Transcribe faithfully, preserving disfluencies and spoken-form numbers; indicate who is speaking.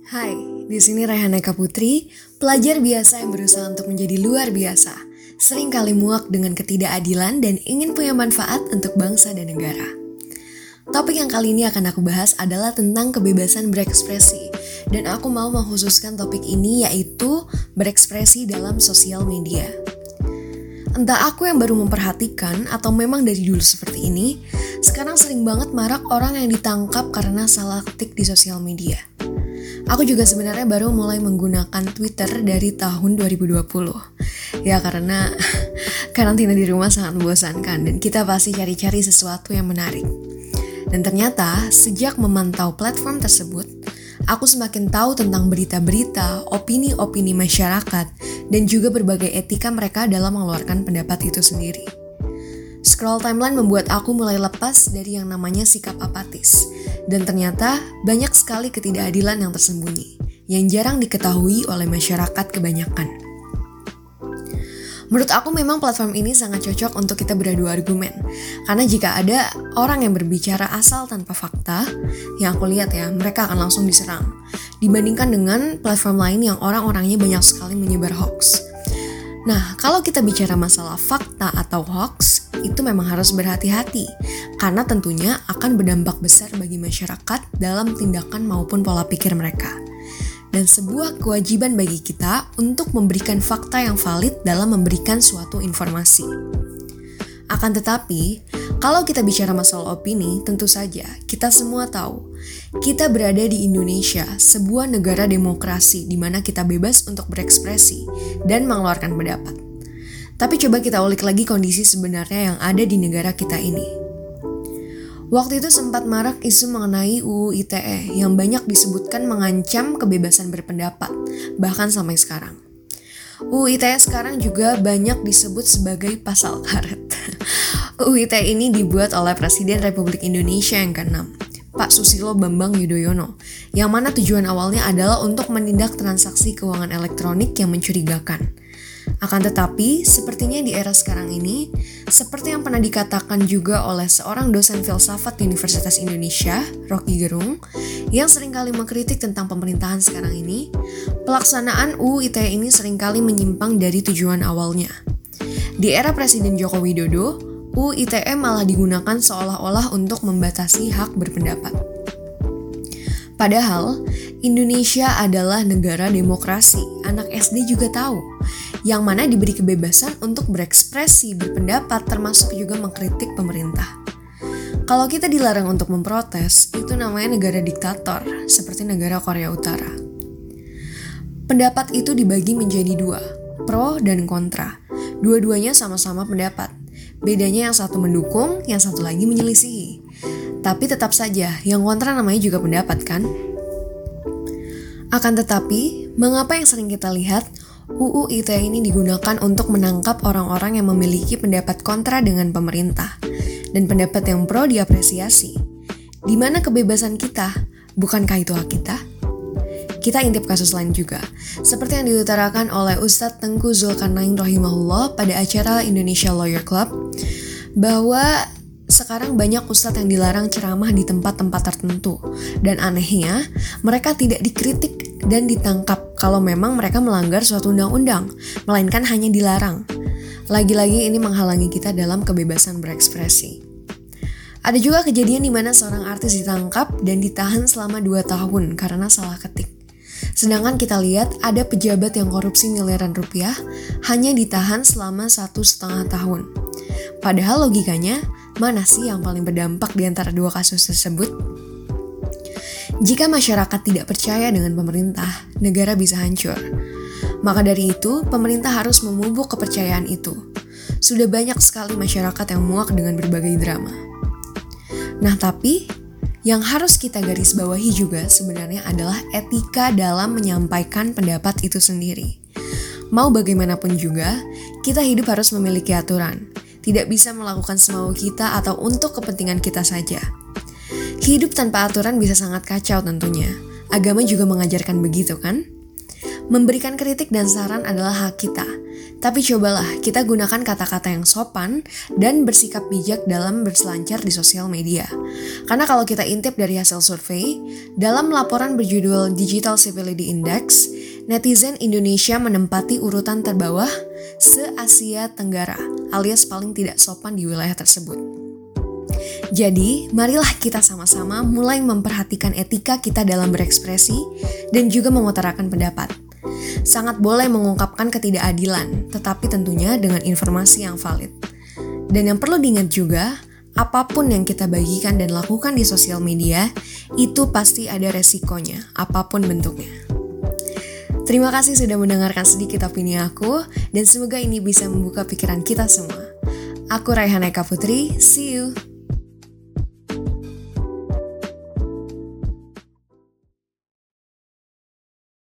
Speaker 1: Hai, di sini Rayhana Eka Putri, pelajar biasa yang berusaha untuk menjadi luar biasa. Sering kali muak dengan ketidakadilan dan ingin punya manfaat untuk bangsa dan negara. Topik yang kali ini akan aku bahas adalah tentang kebebasan berekspresi. Dan aku mau mengkhususkan topik ini yaitu berekspresi dalam sosial media. Entah aku yang baru memperhatikan atau memang dari dulu seperti ini, sekarang sering banget marak orang yang ditangkap karena salah ketik di sosial media. Aku juga sebenarnya baru mulai menggunakan Twitter dari tahun dua ribu dua puluh. Ya karena karantina di rumah sangat membosankan dan kita pasti cari-cari sesuatu yang menarik. Dan ternyata sejak memantau platform tersebut, aku semakin tahu tentang berita-berita, opini-opini masyarakat, dan juga berbagai etika mereka dalam mengeluarkan pendapat itu sendiri. Scroll timeline membuat aku mulai lepas dari yang namanya sikap apatis. Dan ternyata banyak sekali ketidakadilan yang tersembunyi, yang jarang diketahui oleh masyarakat kebanyakan. Menurut aku memang platform ini sangat cocok untuk kita beradu argumen. Karena jika ada orang yang berbicara asal tanpa fakta, yang aku lihat ya, mereka akan langsung diserang. Dibandingkan dengan platform lain yang orang-orangnya banyak sekali menyebar hoax. Nah, kalau kita bicara masalah fakta atau hoax, itu memang harus berhati-hati. Karena tentunya akan berdampak besar bagi masyarakat dalam tindakan maupun pola pikir mereka. Dan sebuah kewajiban bagi kita untuk memberikan fakta yang valid dalam memberikan suatu informasi. Akan tetapi, kalau kita bicara masalah opini, tentu saja kita semua tahu kita berada di Indonesia, sebuah negara demokrasi di mana kita bebas untuk berekspresi dan mengeluarkan pendapat. Tapi coba kita ulik lagi kondisi sebenarnya yang ada di negara kita ini. Waktu itu sempat marak isu mengenai U U I T E yang banyak disebutkan mengancam kebebasan berpendapat, bahkan sampai sekarang. U U I T E sekarang juga banyak disebut sebagai pasal karet. U U I T E ini dibuat oleh Presiden Republik Indonesia yang keenam, Pak Susilo Bambang Yudhoyono, yang mana tujuan awalnya adalah untuk menindak transaksi keuangan elektronik yang mencurigakan. Akan tetapi, sepertinya di era sekarang ini, seperti yang pernah dikatakan juga oleh seorang dosen filsafat Universitas Indonesia, Rocky Gerung, yang seringkali mengkritik tentang pemerintahan sekarang ini, pelaksanaan U U I T E ini seringkali menyimpang dari tujuan awalnya. Di era Presiden Joko Widodo, U U I T E malah digunakan seolah-olah untuk membatasi hak berpendapat. Padahal, Indonesia adalah negara demokrasi, anak S D juga tahu, yang mana diberi kebebasan untuk berekspresi, berpendapat, termasuk juga mengkritik pemerintah. Kalau kita dilarang untuk memprotes, itu namanya negara diktator, seperti negara Korea Utara. Pendapat itu dibagi menjadi dua, pro dan kontra. Dua-duanya sama-sama pendapat. Bedanya yang satu mendukung, yang satu lagi menyelisihi. Tapi tetap saja, yang kontra namanya juga pendapat kan? Akan tetapi, mengapa yang sering kita lihat, U U I T E ini digunakan untuk menangkap orang-orang yang memiliki pendapat kontra dengan pemerintah, dan pendapat yang pro diapresiasi. Di mana kebebasan kita? Bukankah itu hak kita? Kita intip kasus lain juga, seperti yang diutarakan oleh Ustadz Tengku Zulkarnain rahimahullah pada acara Indonesia Lawyer Club, bahwa sekarang banyak ustadz yang dilarang ceramah di tempat-tempat tertentu. Dan anehnya, mereka tidak dikritik dan ditangkap kalau memang mereka melanggar suatu undang-undang, melainkan hanya dilarang. Lagi-lagi ini menghalangi kita dalam kebebasan berekspresi. Ada juga kejadian di mana seorang artis ditangkap dan ditahan selama dua tahun karena salah ketik. Sedangkan kita lihat ada pejabat yang korupsi miliaran rupiah hanya ditahan selama satu setengah tahun. Padahal logikanya, mana sih yang paling berdampak di antara dua kasus tersebut? Jika masyarakat tidak percaya dengan pemerintah, negara bisa hancur. Maka dari itu, pemerintah harus memupuk kepercayaan itu. Sudah banyak sekali masyarakat yang muak dengan berbagai drama. Nah tapi, yang harus kita garis bawahi juga sebenarnya adalah etika dalam menyampaikan pendapat itu sendiri. Mau bagaimanapun juga, kita hidup harus memiliki aturan. Tidak bisa melakukan semau kita atau untuk kepentingan kita saja. Hidup tanpa aturan bisa sangat kacau tentunya. Agama juga mengajarkan begitu kan? Memberikan kritik dan saran adalah hak kita. Tapi cobalah kita gunakan kata-kata yang sopan dan bersikap bijak dalam berselancar di sosial media. Karena kalau kita intip dari hasil survei, dalam laporan berjudul Digital Civility Index, netizen Indonesia menempati urutan terbawah se-Asia Tenggara, alias paling tidak sopan di wilayah tersebut. Jadi, marilah kita sama-sama mulai memperhatikan etika kita dalam berekspresi dan juga mengutarakan pendapat. Sangat boleh mengungkapkan ketidakadilan, tetapi tentunya dengan informasi yang valid. Dan yang perlu diingat juga, apapun yang kita bagikan dan lakukan di sosial media, itu pasti ada resikonya, apapun bentuknya. Terima kasih sudah mendengarkan sedikit opini aku, dan semoga ini bisa membuka pikiran kita semua. Aku Raihan Eka Putri, see you